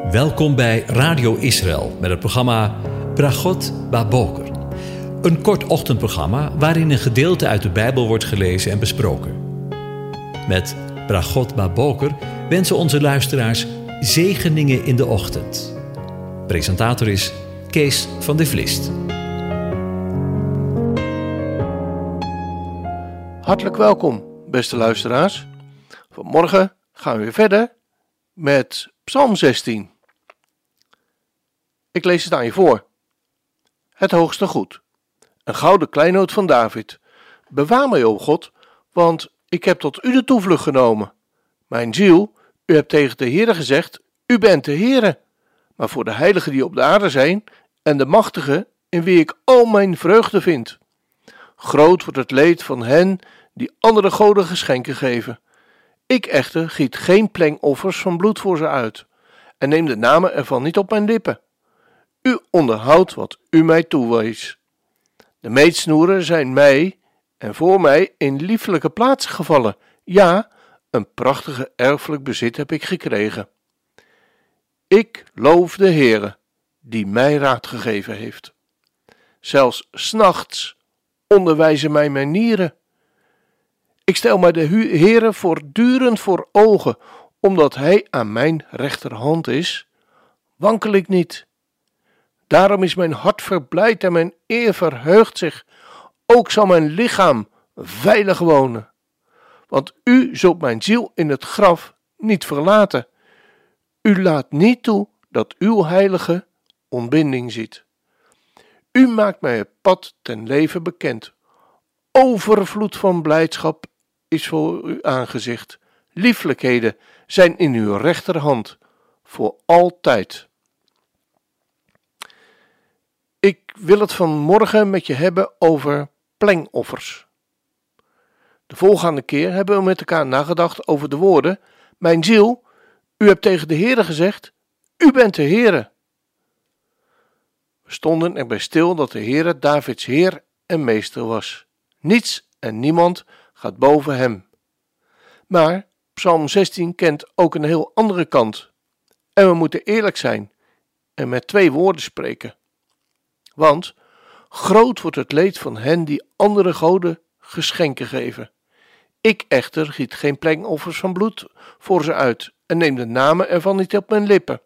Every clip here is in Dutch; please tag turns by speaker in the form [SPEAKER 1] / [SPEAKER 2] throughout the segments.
[SPEAKER 1] Welkom bij Radio Israël met het programma Bragot Baboker. Een kort ochtendprogramma waarin een gedeelte uit de Bijbel wordt gelezen en besproken. Met Bragot Baboker wensen onze luisteraars zegeningen in de ochtend. Presentator is Kees van de Vlist.
[SPEAKER 2] Hartelijk welkom, beste luisteraars. Vanmorgen gaan we weer verder met Psalm 16. Ik lees het aan je voor. Het hoogste goed. Een gouden kleinoot van David. Bewaar mij, o God, want ik heb tot u de toevlucht genomen. Mijn ziel, u hebt tegen de Heere gezegd, u bent de Heere. Maar voor de heiligen die op de aarde zijn en de machtigen in wie ik al mijn vreugde vind. Groot wordt het leed van hen die andere goden geschenken geven. Ik echter giet geen plengoffers van bloed voor ze uit en neem de namen ervan niet op mijn lippen. U onderhoudt wat u mij toewees. De meetsnoeren zijn mij en voor mij in liefelijke plaatsen gevallen. Ja, een prachtige erfelijk bezit heb ik gekregen. Ik loof de Heere, die mij raad gegeven heeft. Zelfs 's nachts onderwijzen mij mijn nieren. Ik stel mij de Heere voortdurend voor ogen, omdat Hij aan mijn rechterhand is, wankel ik niet. Daarom is mijn hart verblijd en mijn eer verheugt zich. Ook zal mijn lichaam veilig wonen. Want u zult mijn ziel in het graf niet verlaten. U laat niet toe dat uw heilige ontbinding ziet. U maakt mij het pad ten leven bekend. Overvloed van blijdschap is voor uw aangezicht. Lieflijkheden zijn in uw rechterhand voor altijd. Ik wil het vanmorgen met je hebben over plengoffers. De voorgaande keer hebben we met elkaar nagedacht over de woorden: mijn ziel, u hebt tegen de Heere gezegd, u bent de Heere. We stonden erbij stil dat de Heere Davids Heer en Meester was. Niets en niemand gaat boven hem. Maar Psalm 16 kent ook een heel andere kant. En we moeten eerlijk zijn en met 2 woorden spreken. Want groot wordt het leed van hen die andere goden geschenken geven. Ik echter giet geen plengoffers van bloed voor ze uit en neem de namen ervan niet op mijn lippen.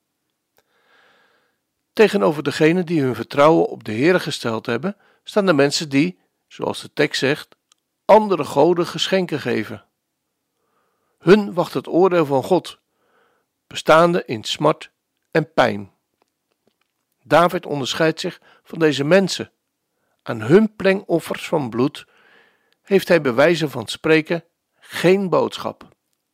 [SPEAKER 2] Tegenover degenen die hun vertrouwen op de Heere gesteld hebben, staan de mensen die, zoals de tekst zegt, andere goden geschenken geven. Hun wacht het oordeel van God, bestaande in smart en pijn. David onderscheidt zich van deze mensen. Aan hun plengoffers van bloed heeft hij bij wijze van spreken geen boodschap.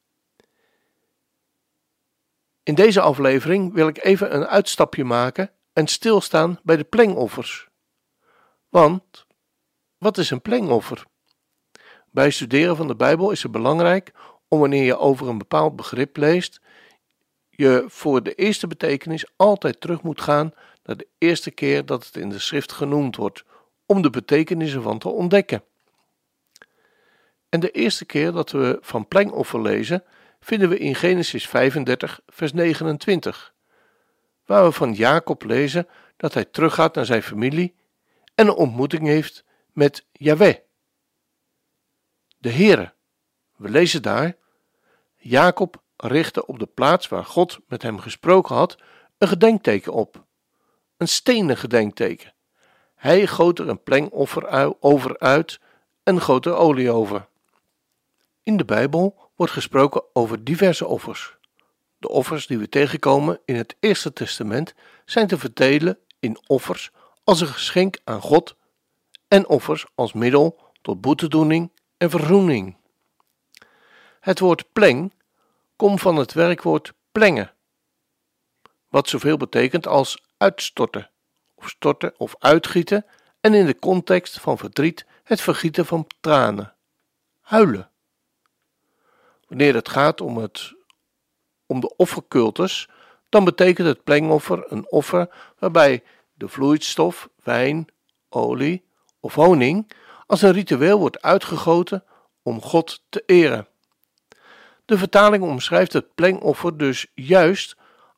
[SPEAKER 2] In deze aflevering wil ik even een uitstapje maken en stilstaan bij de plengoffers. Want, wat is een plengoffer? Bij het studeren van de Bijbel is het belangrijk om, wanneer je over een bepaald begrip leest, je voor de eerste betekenis altijd terug moet gaan naar de eerste keer dat het in de schrift genoemd wordt, om de betekenis ervan te ontdekken. En de eerste keer dat we van plengoffer lezen, vinden we in Genesis 35, vers 29, waar we van Jacob lezen dat hij teruggaat naar zijn familie en een ontmoeting heeft met Jahweh, de Heere. We lezen daar: Jacob richtte op de plaats waar God met hem gesproken had een gedenkteken op, een stenen gedenkteken. Hij goot er een plengoffer over uit en goot er olie over. In de Bijbel wordt gesproken over diverse offers. De offers die we tegenkomen in het Eerste Testament zijn te verdelen in offers als een geschenk aan God en offers als middel tot boetedoening en verzoening. Het woord pleng komt van het werkwoord plengen, wat zoveel betekent als uitstorten of uitgieten, en in de context van verdriet het vergieten van tranen, huilen. Wanneer het gaat om de offercultus, dan betekent het plengoffer een offer waarbij de vloeistof, wijn, olie of honing als een ritueel wordt uitgegoten om God te eren. De vertaling omschrijft het plengoffer dus juist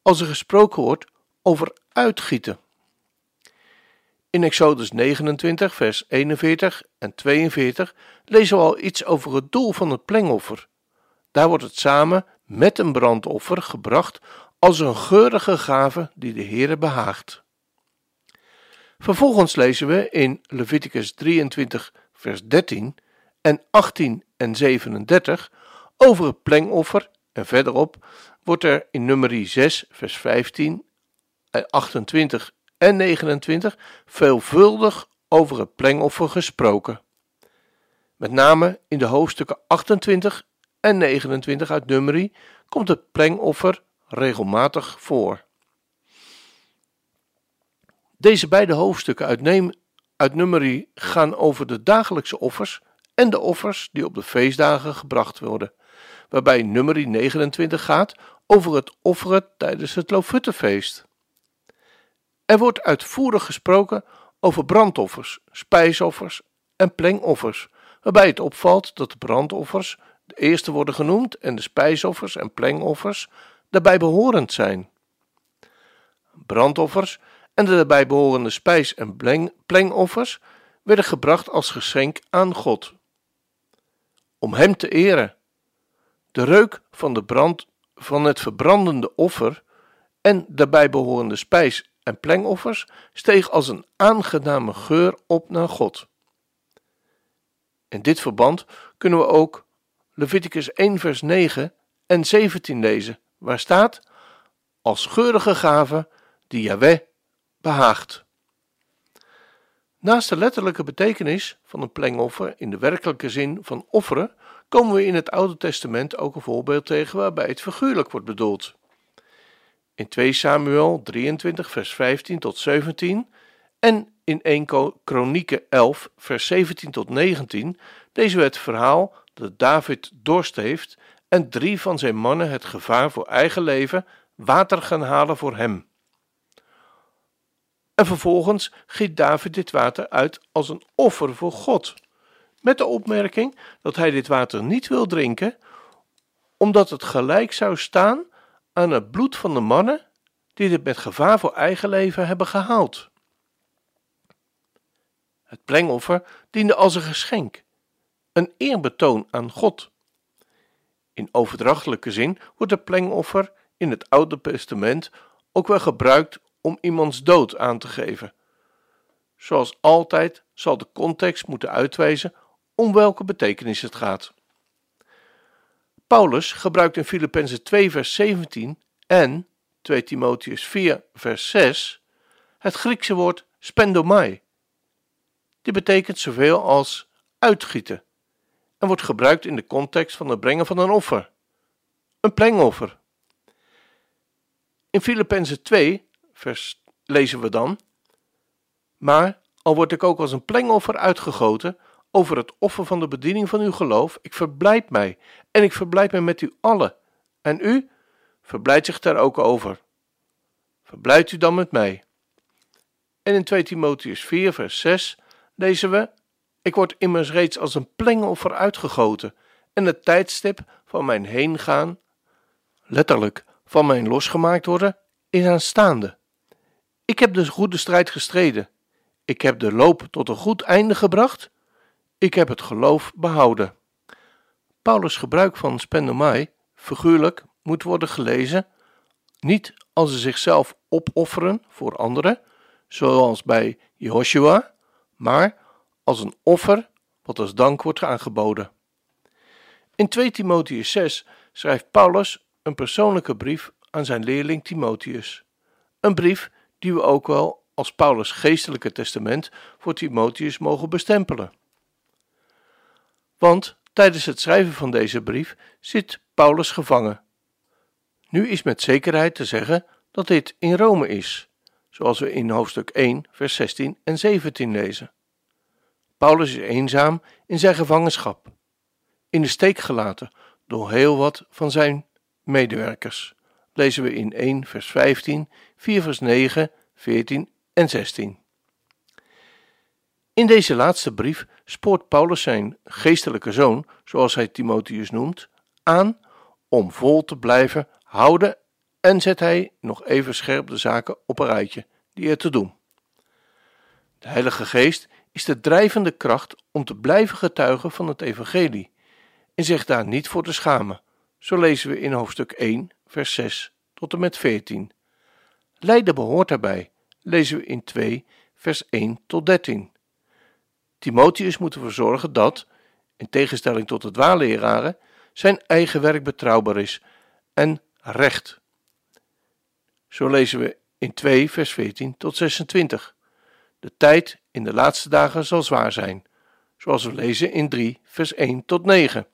[SPEAKER 2] als er gesproken wordt over uitgieten. In Exodus 29, vers 41 en 42 lezen we al iets over het doel van het plengoffer. Daar wordt het samen met een brandoffer gebracht als een geurige gave die de Heere behaagt. Vervolgens lezen we in Leviticus 23, vers 13 en 18 en 37 over het plengoffer en verderop wordt er in Numeri 6, vers 15, 28 en 29 veelvuldig over het plengoffer gesproken. Met name in de hoofdstukken 28 en 29 uit Numeri komt het plengoffer regelmatig voor. Deze beide hoofdstukken uit Numeri gaan over de dagelijkse offers en de offers die op de feestdagen gebracht worden, waarbij Numeri 29 gaat over het offeren tijdens het Loofhuttenfeest. Er wordt uitvoerig gesproken over brandoffers, spijsoffers en plengoffers, waarbij het opvalt dat de brandoffers de eerste worden genoemd en de spijsoffers en plengoffers daarbij behorend zijn. Brandoffers en de daarbij behorende spijs- en plengoffers werden gebracht als geschenk aan God, om hem te eren. De reuk van het verbrandende offer en daarbij behorende spijs- en plengoffers steeg als een aangename geur op naar God. In dit verband kunnen we ook Leviticus 1 vers 9 en 17 lezen, waar staat: als geurige gave die Jahweh behaagt. Naast de letterlijke betekenis van een plengoffer in de werkelijke zin van offeren, komen we in het Oude Testament ook een voorbeeld tegen waarbij het figuurlijk wordt bedoeld. In 2 Samuel 23 vers 15 tot 17 en in 1 Kronieken 11 vers 17 tot 19 lezen we het verhaal dat David dorst heeft en 3 van zijn mannen het gevaar voor eigen leven water gaan halen voor hem. En vervolgens giet David dit water uit als een offer voor God, met de opmerking dat hij dit water niet wil drinken, omdat het gelijk zou staan aan het bloed van de mannen die dit met gevaar voor eigen leven hebben gehaald. Het plengoffer diende als een geschenk, een eerbetoon aan God. In overdrachtelijke zin wordt het plengoffer in het Oude Testament ook wel gebruikt om iemands dood aan te geven. Zoals altijd zal de context moeten uitwijzen om welke betekenis het gaat. Paulus gebruikt in Filippenzen 2 vers 17 en 2 Timotheus 4 vers 6 het Griekse woord spendomai. Dit betekent zoveel als uitgieten en wordt gebruikt in de context van het brengen van een offer, een plengoffer. In Filippenzen 2 vers lezen we dan: maar al word ik ook als een plengoffer uitgegoten over het offer van de bediening van uw geloof, ik verblijd mij en ik verblijd mij met u allen. En u verblijdt zich daar ook over. Verblijdt u dan met mij. En in 2 Timotheus 4 vers 6 lezen we: ik word immers reeds als een plengoffer uitgegoten en het tijdstip van mijn heengaan, letterlijk van mijn losgemaakt worden, is aanstaande. Ik heb de goede strijd gestreden. Ik heb de loop tot een goed einde gebracht. Ik heb het geloof behouden. Paulus' gebruik van spendomai, figuurlijk, moet worden gelezen niet als ze zichzelf opofferen voor anderen, zoals bij Jehoshua, maar als een offer wat als dank wordt aangeboden. In 2 Timotheus 6 schrijft Paulus een persoonlijke brief aan zijn leerling Timotheus. Een brief die we ook wel als Paulus' geestelijke testament voor Timotheus mogen bestempelen. Want tijdens het schrijven van deze brief zit Paulus gevangen. Nu is met zekerheid te zeggen dat dit in Rome is, zoals we in hoofdstuk 1 vers 16 en 17 lezen. Paulus is eenzaam in zijn gevangenschap, in de steek gelaten door heel wat van zijn medewerkers. Lezen we in 1 vers 15, 4 vers 9, 14 en 16. In deze laatste brief spoort Paulus zijn geestelijke zoon, zoals hij Timotheus noemt, aan om vol te blijven houden en zet hij nog even scherp de zaken op een rijtje die er te doen. De Heilige Geest is de drijvende kracht om te blijven getuigen van het evangelie en zich daar niet voor te schamen. Zo lezen we in hoofdstuk 1, vers 6 tot en met 14. Lijden behoort daarbij, lezen we in 2, vers 1 tot 13. Timotheus moet ervoor zorgen dat, in tegenstelling tot de dwaalleraren, zijn eigen werk betrouwbaar is en recht. Zo lezen we in 2, vers 14 tot 26. De tijd in de laatste dagen zal zwaar zijn, zoals we lezen in 3, vers 1 tot 9.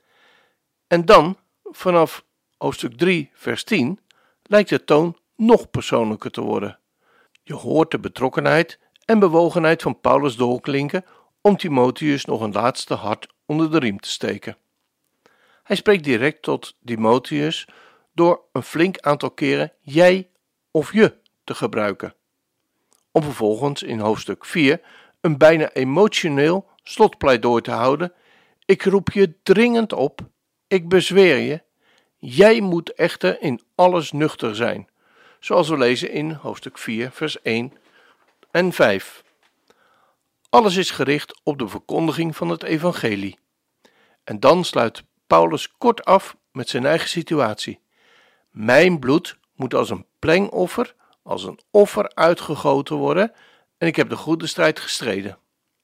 [SPEAKER 2] En dan, vanaf hoofdstuk 3, vers 10, lijkt de toon nog persoonlijker te worden. Je hoort de betrokkenheid en bewogenheid van Paulus doorklinken om Timotheus nog een laatste hart onder de riem te steken. Hij spreekt direct tot Timotheus door een flink aantal keren jij of je te gebruiken, om vervolgens in hoofdstuk 4 een bijna emotioneel slotpleidooi te houden. Ik roep je dringend op, ik bezweer je, jij moet echter in alles nuchter zijn, zoals we lezen in hoofdstuk 4 vers 1 en 5. Alles is gericht op de verkondiging van het evangelie. En dan sluit Paulus kort af met zijn eigen situatie. Mijn bloed moet als een plengoffer, als een offer uitgegoten worden en ik heb de goede strijd gestreden.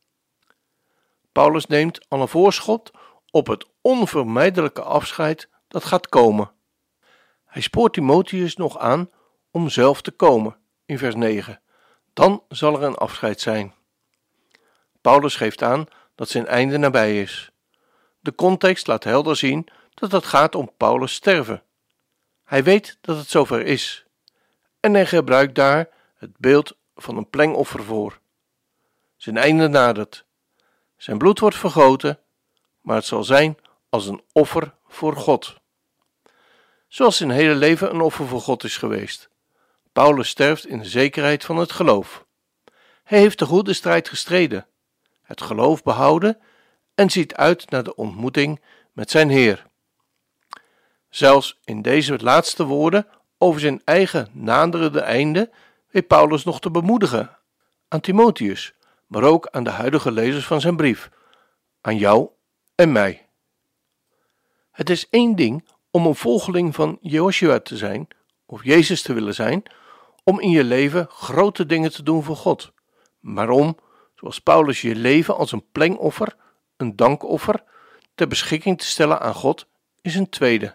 [SPEAKER 2] Paulus neemt al een voorschot op het onvermijdelijke afscheid dat gaat komen. Hij spoort Timotheus nog aan om zelf te komen, in vers 9. Dan zal er een afscheid zijn. Paulus geeft aan dat zijn einde nabij is. De context laat helder zien dat het gaat om Paulus' sterven. Hij weet dat het zover is. En hij gebruikt daar het beeld van een plengoffer voor. Zijn einde nadert. Zijn bloed wordt vergoten, maar het zal zijn als een offer voor God. Zoals zijn hele leven een offer voor God is geweest. Paulus sterft in de zekerheid van het geloof. Hij heeft de goede strijd gestreden, het geloof behouden en ziet uit naar de ontmoeting met zijn Heer. Zelfs in deze laatste woorden over zijn eigen naderende einde weet Paulus nog te bemoedigen aan Timotheus, maar ook aan de huidige lezers van zijn brief, aan jou en mij. Het is één ding om een volgeling van Jehoshua te zijn, of Jezus te willen zijn, om in je leven grote dingen te doen voor God, maar om, zoals Paulus, je leven als een plengoffer, een dankoffer, ter beschikking te stellen aan God, is een tweede.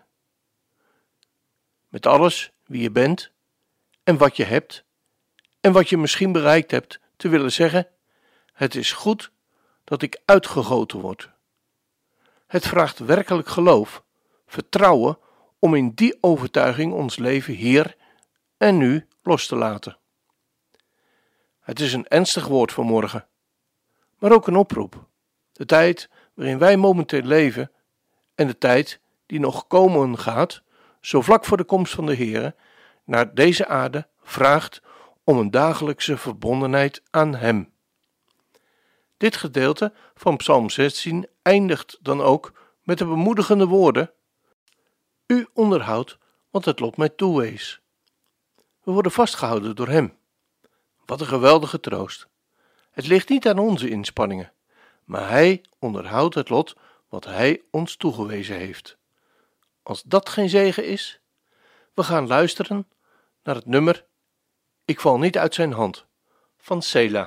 [SPEAKER 2] Met alles wie je bent en wat je hebt en wat je misschien bereikt hebt, te willen zeggen, het is goed dat ik uitgegoten word. Het vraagt werkelijk geloof, vertrouwen om in die overtuiging ons leven hier en nu los te laten. Het is een ernstig woord voor morgen, maar ook een oproep. De tijd waarin wij momenteel leven en de tijd die nog komen gaat, zo vlak voor de komst van de Heere, naar deze aarde vraagt om een dagelijkse verbondenheid aan Hem. Dit gedeelte van Psalm 16 eindigt dan ook met de bemoedigende woorden: U onderhoudt wat het lot mij toewees. We worden vastgehouden door Hem. Wat een geweldige troost. Het ligt niet aan onze inspanningen, maar Hij onderhoudt het lot wat Hij ons toegewezen heeft. Als dat geen zegen is, we gaan luisteren naar het nummer Ik val niet uit zijn hand van Selah.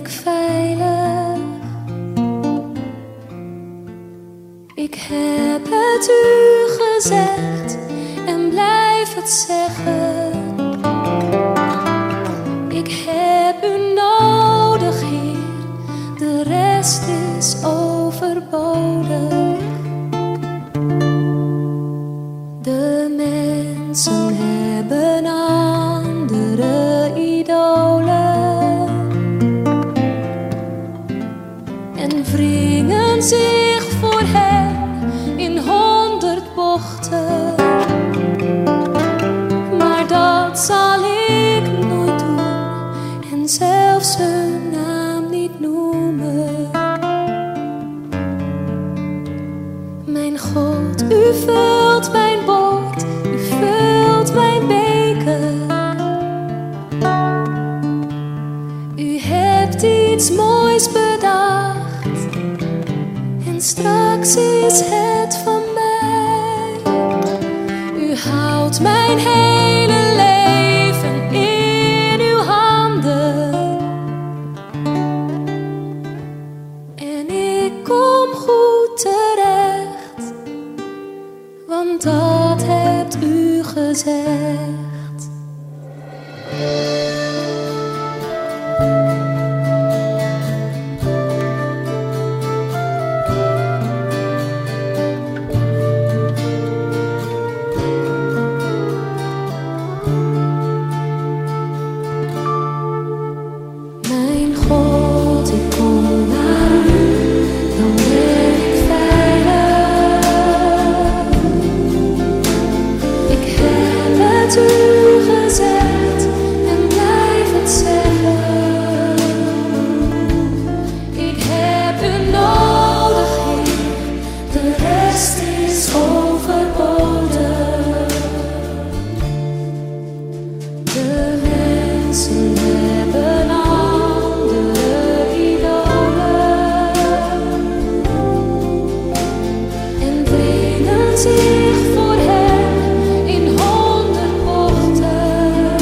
[SPEAKER 3] ik veilig. Ik heb het u gezegd en blijf het zeggen. Ik heb u nodig, Heer, de rest is overbodig. De mensen hebben andere idolen en wringen zich voor hen in 100 bochten. Maar dat zal ik nooit doen en zelfs hun naam niet noemen. Mijn God, u vult mijn bord, u vult mijn beker. U hebt iets moois bedacht en straks is het van mij. U houdt mijn hele leven in uw handen en ik kom goed terecht, want dat hebt u gezegd. Mijn God, ik kom naar u, dan ben ik veilig. Ik heb het u gezegd en blijf het zeggen. Ik heb u nodig, Heer, de rest is overbodig. De mensen hebben andere idolen en wringen zich voor hen in 100 bochten.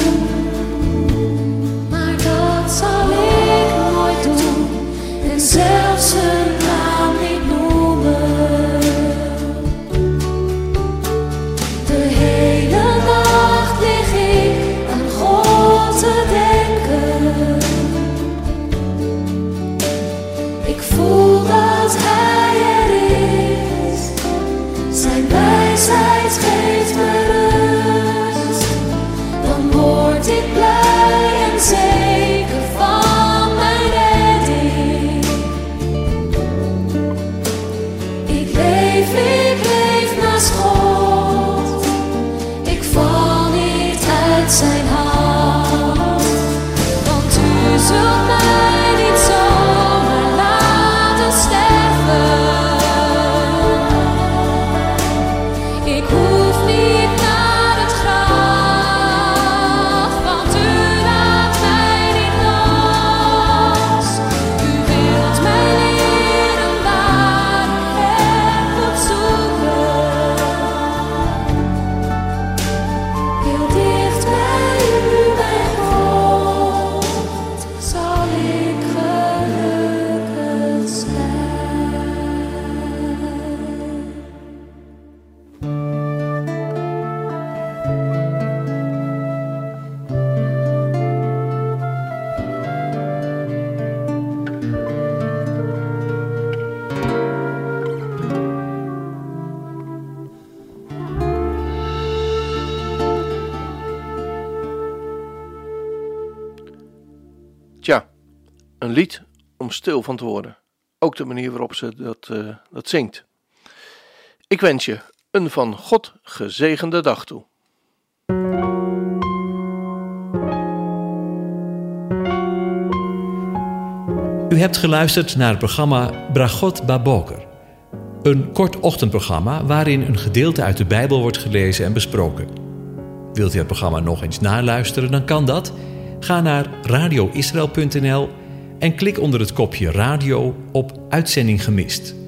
[SPEAKER 3] Maar dat zal ik nooit doen en zelfs hun naam niet noemen. De hele nacht lig ik aan God te denken. Ik voel dat Hij er is, zijn wijsheid geeft me rust. Dan word ik blij en zeker van mijn redding. Ik leef naast God, ik val niet uit zijn hand. Want u zult mij niet zomaar laten sterven. Ik hoef niet naar het graf, want u laat mij niet los. U wilt mij leren waar ik moet zoeken. Heel dicht bij u, mijn God, zal ik gelukkig zijn.
[SPEAKER 2] Tja, een lied om stil van te worden. Ook de manier waarop ze dat zingt. Ik wens je een van God gezegende dag toe.
[SPEAKER 1] U hebt geluisterd naar het programma Bragot Baboker. Een kort ochtendprogramma waarin een gedeelte uit de Bijbel wordt gelezen en besproken. Wilt u het programma nog eens naluisteren, dan kan dat. Ga naar radioisrael.nl en klik onder het kopje radio op Uitzending gemist.